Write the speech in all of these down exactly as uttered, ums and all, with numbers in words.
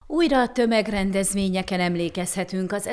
Újra a tömegrendezvényeken emlékezhetünk az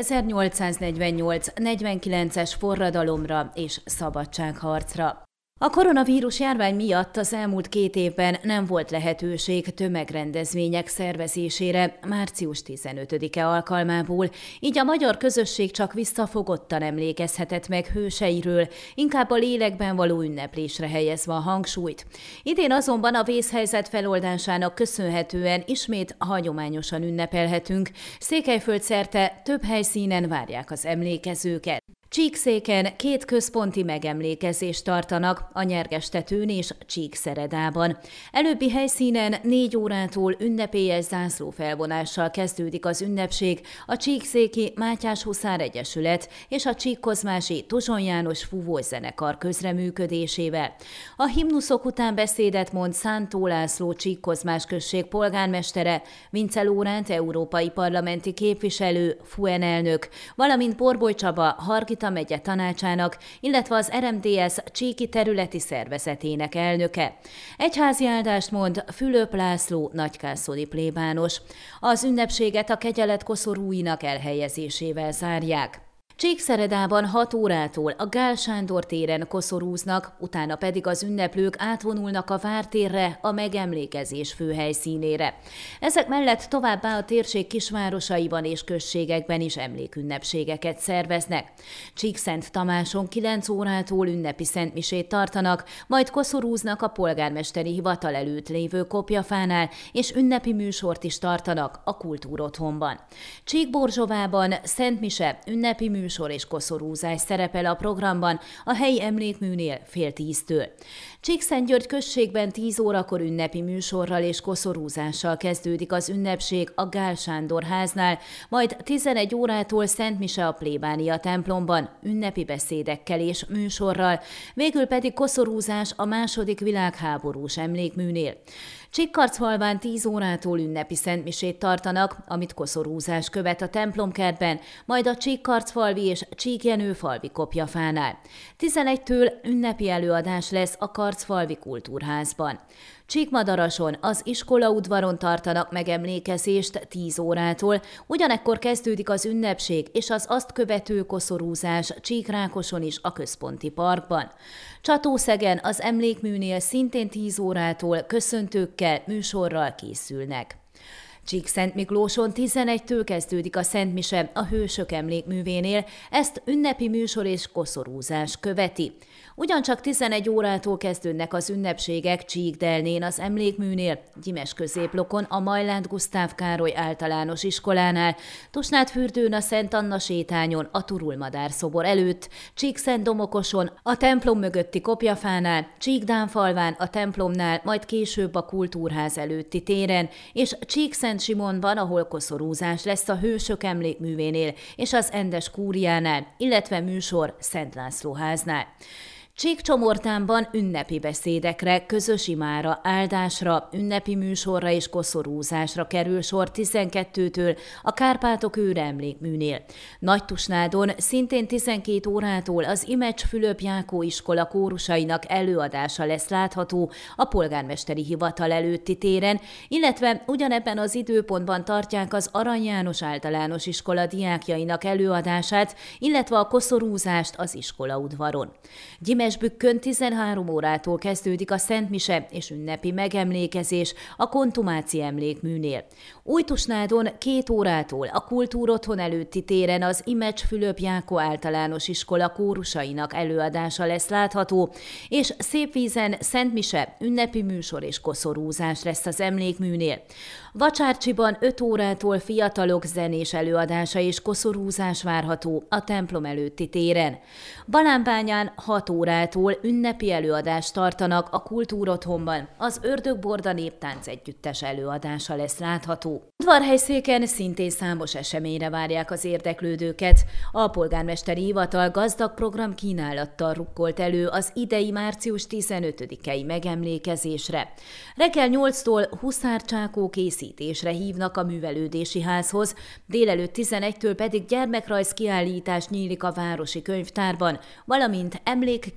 ezernyolcszáznegyvennyolc-negyvenkilences forradalomra és szabadságharcra. A koronavírus járvány miatt az elmúlt két évben nem volt lehetőség tömegrendezvények szervezésére március tizenötödike alkalmából, így a magyar közösség csak visszafogottan emlékezhetett meg hőseiről, inkább a lélekben való ünneplésre helyezve a hangsúlyt. Idén azonban a vészhelyzet feloldásának köszönhetően ismét hagyományosan ünnepelhetünk, Székelyföld szerte több helyszínen várják az emlékezőket. Csíkszéken két központi megemlékezést tartanak, a Nyergestetőn és Csíkszeredában. Előbbi helyszínen négy órától ünnepélyes zászlófelvonással kezdődik az ünnepség a Csíkszéki Mátyás Huszár Egyesület és a Csíkkozmási Tuzson János fúvózenekar közreműködésével. A himnuszok után beszédet mond Szántó László Csíkkozmás község polgármestere, Vince Lóránt európai parlamenti képviselő, FUEN elnök, valamint Borboly Csaba Hargita megye tanácsának, illetve az er em dé es Csíki területi szervezetének elnöke. Egyházi áldást mond Fülöp László nagykászoli plébános. Az ünnepséget a kegyelet koszorúinak elhelyezésével zárják. Csíkszeredában hat órától a Gál Sándor téren koszorúznak, utána pedig az ünneplők átvonulnak a Vártérre, a megemlékezés főhelyszínére. Ezek mellett továbbá a térség kisvárosaiban és községekben is emlékünnepségeket szerveznek. Csíkszent Tamáson kilenc órától ünnepi szentmisét tartanak, majd koszorúznak a polgármesteri hivatal előtt lévő kopjafánál, és ünnepi műsort is tartanak a Kultúrotthonban. Csíkborzsovában szentmise, ünnepi műsor műsor és koszorúzás szerepel a programban a helyi emlékműnél fél tíztől. Csíkszentgyörgy községben tíz órakor ünnepi műsorral és koszorúzással kezdődik az ünnepség a Gál Sándor háznál, majd tizenegy órától szentmise a plébánia templomban, ünnepi beszédekkel és műsorral, végül pedig koszorúzás a második világháborús emlékműnél. Csíkkarcfalván tíz órától ünnepi szentmisét tartanak, amit koszorúzás követ a templomkertben, majd a Csíkkarcfalvi és Csíkjenőfalvi kopjafánál. tizenegytől ünnepi előadás lesz a Karcfalvi Kultúrházban. Csíkmadarason az iskolaudvaron tartanak megemlékezést tíz órától, ugyanekkor kezdődik az ünnepség és az azt követő koszorúzás Csíkrákoson is a központi parkban. Csatószegen az emlékműnél szintén tíz órától köszöntőkkel, műsorral készülnek. Csíkszentmiklóson tizenegytől kezdődik a szentmise a Hősök emlékművénél, ezt ünnepi műsor és koszorúzás követi. Ugyancsak tizenegy órától kezdődnek az ünnepségek Csíkdelnén az emlékműnél, Gyimes középlokon a Majlánt Gusztáv Károly általános iskolánál, Tusnádfürdőn a Szent Anna sétányon a Turulmadár szobor előtt, Csíkszentdomokoson a templom mögötti kopjafánál, Csíkdánfalván a templomnál, majd később a Kultúrház előtti téren, és Csíkszent Simonban, ahol koszorúzás lesz a Hősök emlékművénél és az Endes kúriánál, illetve műsor Szent László háznál. Csíkcsomortánban ünnepi beszédekre, közös imára, áldásra, ünnepi műsorra és koszorúzásra kerül sor tizenkettőtől a Kárpátok őre emlékműnél. Nagytusnádon szintén tizenkét órától az Imecs Fülöp Jákó iskola kórusainak előadása lesz látható a polgármesteri hivatal előtti téren, illetve ugyanebben az időpontban tartják az Arany János általános iskola diákjainak előadását, illetve a koszorúzást az iskolaudvaron. Gyimesbükkön tizenhárom órától kezdődik a szentmise és ünnepi megemlékezés a Kontumáci emlékműnél. Újtusnádon két órától a Kultúrotthon előtti téren az Imecs Fülöp Jákó általános iskola kórusainak előadása lesz látható, és Szépvízen szentmise, ünnepi műsor és koszorúzás lesz az emlékműnél. Vacsárcsiban öt órától fiatalok zenés előadása és koszorúzás várható a templom előtti téren. Balánbányán hat órától ünnepi előadást tartanak a Kultúrotthonban, az Ördögborda Néptánc Együttes előadása lesz látható. Udvarhelyszéken szintén számos eseményre várják az érdeklődőket. A polgármesteri hivatal gazdag program kínálattal rukkolt elő az idei március tizenötödikei megemlékezésre. Reggel nyolctól huszárcsákó készítésre hívnak a művelődési házhoz, délelőtt tizenegytől pedig gyermekrajz kiállítás nyílik a városi könyvtárban, valamint emlékkép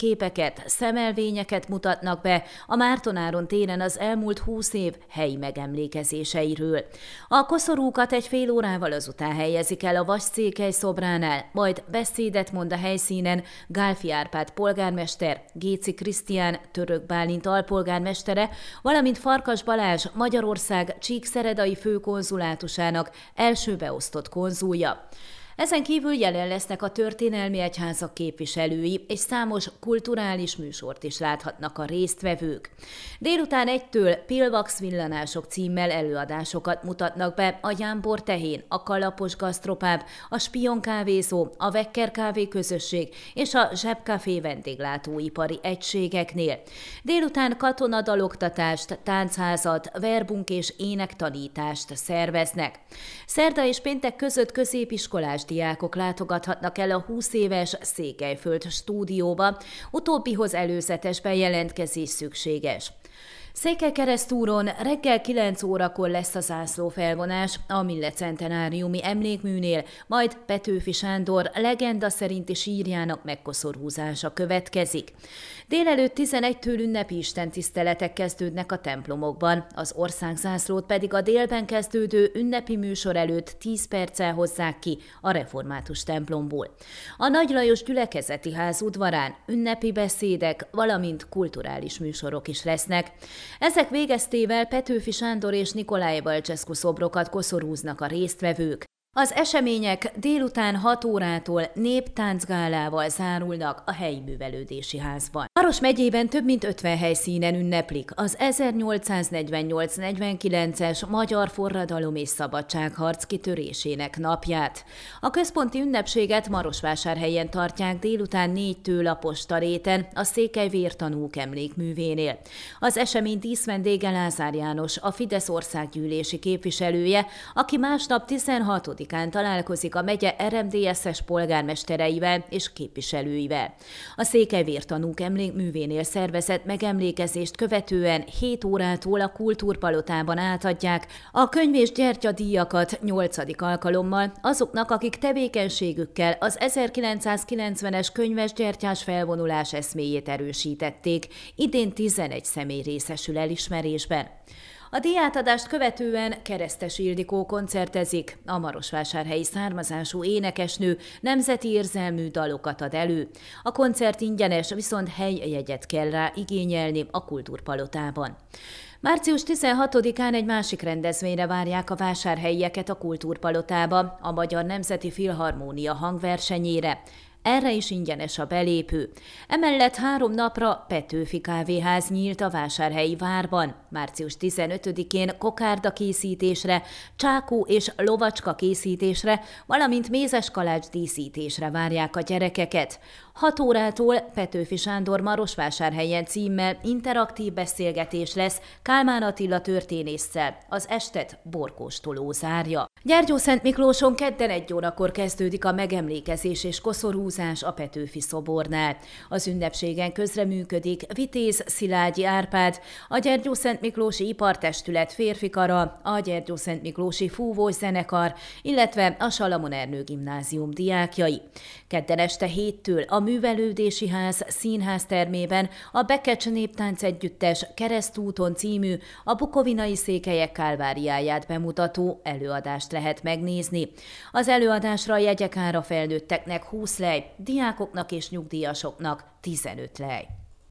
képeket, szemelvényeket mutatnak be a Márton-Áron téren az elmúlt húsz év helyi megemlékezéseiről. A koszorúkat egy fél órával azután helyezik el a Vasszékely szobránál, majd beszédet mond a helyszínen Gálfi Árpád polgármester, Géci Krisztián Török Bálint alpolgármestere, valamint Farkas Balázs Magyarország csíkszeredai főkonzulátusának első beosztott konzulja. Ezen kívül jelen lesznek a történelmi egyházak képviselői, és számos kulturális műsort is láthatnak a résztvevők. Délután egytől Pillvax villanások címmel előadásokat mutatnak be a Jámbor Tehén, a Kalapos Gasztropáb, a Spion kávézó, a Vekker kávé közösség és a Zsebkafé vendéglátóipari egységeknél. Délután katonadaloktatást, táncházat, verbunk és énektanítást szerveznek. Szerda és péntek között középiskolás diákok látogathatnak el a húsz éves Székelyföld stúdióba, utóbbihoz előzetes bejelentkezés szükséges. Székelykeresztúron reggel kilenc órakor lesz a zászlófelvonás a millecentenáriumi emlékműnél, majd Petőfi Sándor legenda szerinti sírjának megkoszorúzása következik. Délelőtt tizenegytől ünnepi istentiszteletek kezdődnek a templomokban, az országzászlót pedig a délben kezdődő ünnepi műsor előtt tíz perccel hozzák ki a református templomból. A Nagy Lajos gyülekezeti ház udvarán ünnepi beszédek, valamint kulturális műsorok is lesznek. Ezek végeztével Petőfi Sándor és Nicolae Bălcescu szobrokat koszorúznak a résztvevők. Az események délután hat órától néptáncgálával zárulnak a helyi művelődési házban. Maros megyében több mint ötven helyszínen ünneplik az ezernyolcszáznegyvennyolc negyvenkilences Magyar Forradalom és Szabadságharc kitörésének napját. A központi ünnepséget Marosvásárhelyen tartják délután négytől a Postaréten, a Székely Vértanúk emlékművénél. Az esemény díszvendége Lázár János, a Fidesz országgyűlési képviselője, aki másnap tizenhatodikán találkozik a megye er em dé es-es polgármestereivel és képviselőivel. A Székely Vértanúk emlékművénél szervezett megemlékezést követően hét órától a Kultúrpalotában átadják a könyv- és gyertyadíjakat nyolcadik alkalommal azoknak, akik tevékenységükkel az ezerkilencszázkilencvenes könyves gyertyás felvonulás eszméjét erősítették. Idén tizenegy személy részesül elismerésben. A díjátadást követően Keresztes Ildikó koncertezik, a marosvásárhelyi származású énekesnő nemzeti érzelmű dalokat ad elő. A koncert ingyenes, viszont helyjegyet kell rá igényelni a Kultúrpalotában. március tizenhatodikán egy másik rendezvényre várják a vásárhelyieket a Kultúrpalotába, a Magyar Nemzeti Filharmónia hangversenyére. Erre is ingyenes a belépő. Emellett három napra Petőfi kávéház nyílt a vásárhelyi várban. március tizenötödikén kokárda készítésre, csákó és lovacska készítésre, valamint mézes kalács díszítésre várják a gyerekeket. hat órától Petőfi Sándor Marosvásárhelyen címmel interaktív beszélgetés lesz Kálmán Attila történésszel. Az estet borkóstoló zárja. Gyergyószentmiklóson kedden egy órakor kezdődik a megemlékezés és koszorúzás a Petőfi szobornál. Az ünnepségen közreműködik Vitéz Szilágyi Árpád, a Gyergyószentmiklósi Ipartestület férfikara, a Gyergyószentmiklósi Fúvós zenekar, illetve a Salamon Ernő gimnázium diákjai. Kedden este héttől a Művelődési Ház színház termében a Bekecs Néptánc Együttes Keresztúton című a bukovinai székelyek kálváriáját bemutató előadást lehet megnézni. Az előadásra a jegyek ára felnőtteknek húsz lej, diákoknak és nyugdíjasoknak tizenöt lej.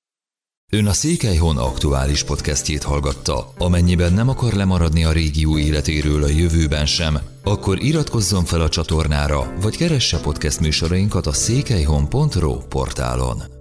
Ön a Székelyhon aktuális podcastjét hallgatta. Amennyiben nem akar lemaradni a régió életéről a jövőben sem, akkor iratkozzon fel a csatornára, vagy keresse podcast műsorainkat a székelyhon pont ro portálon.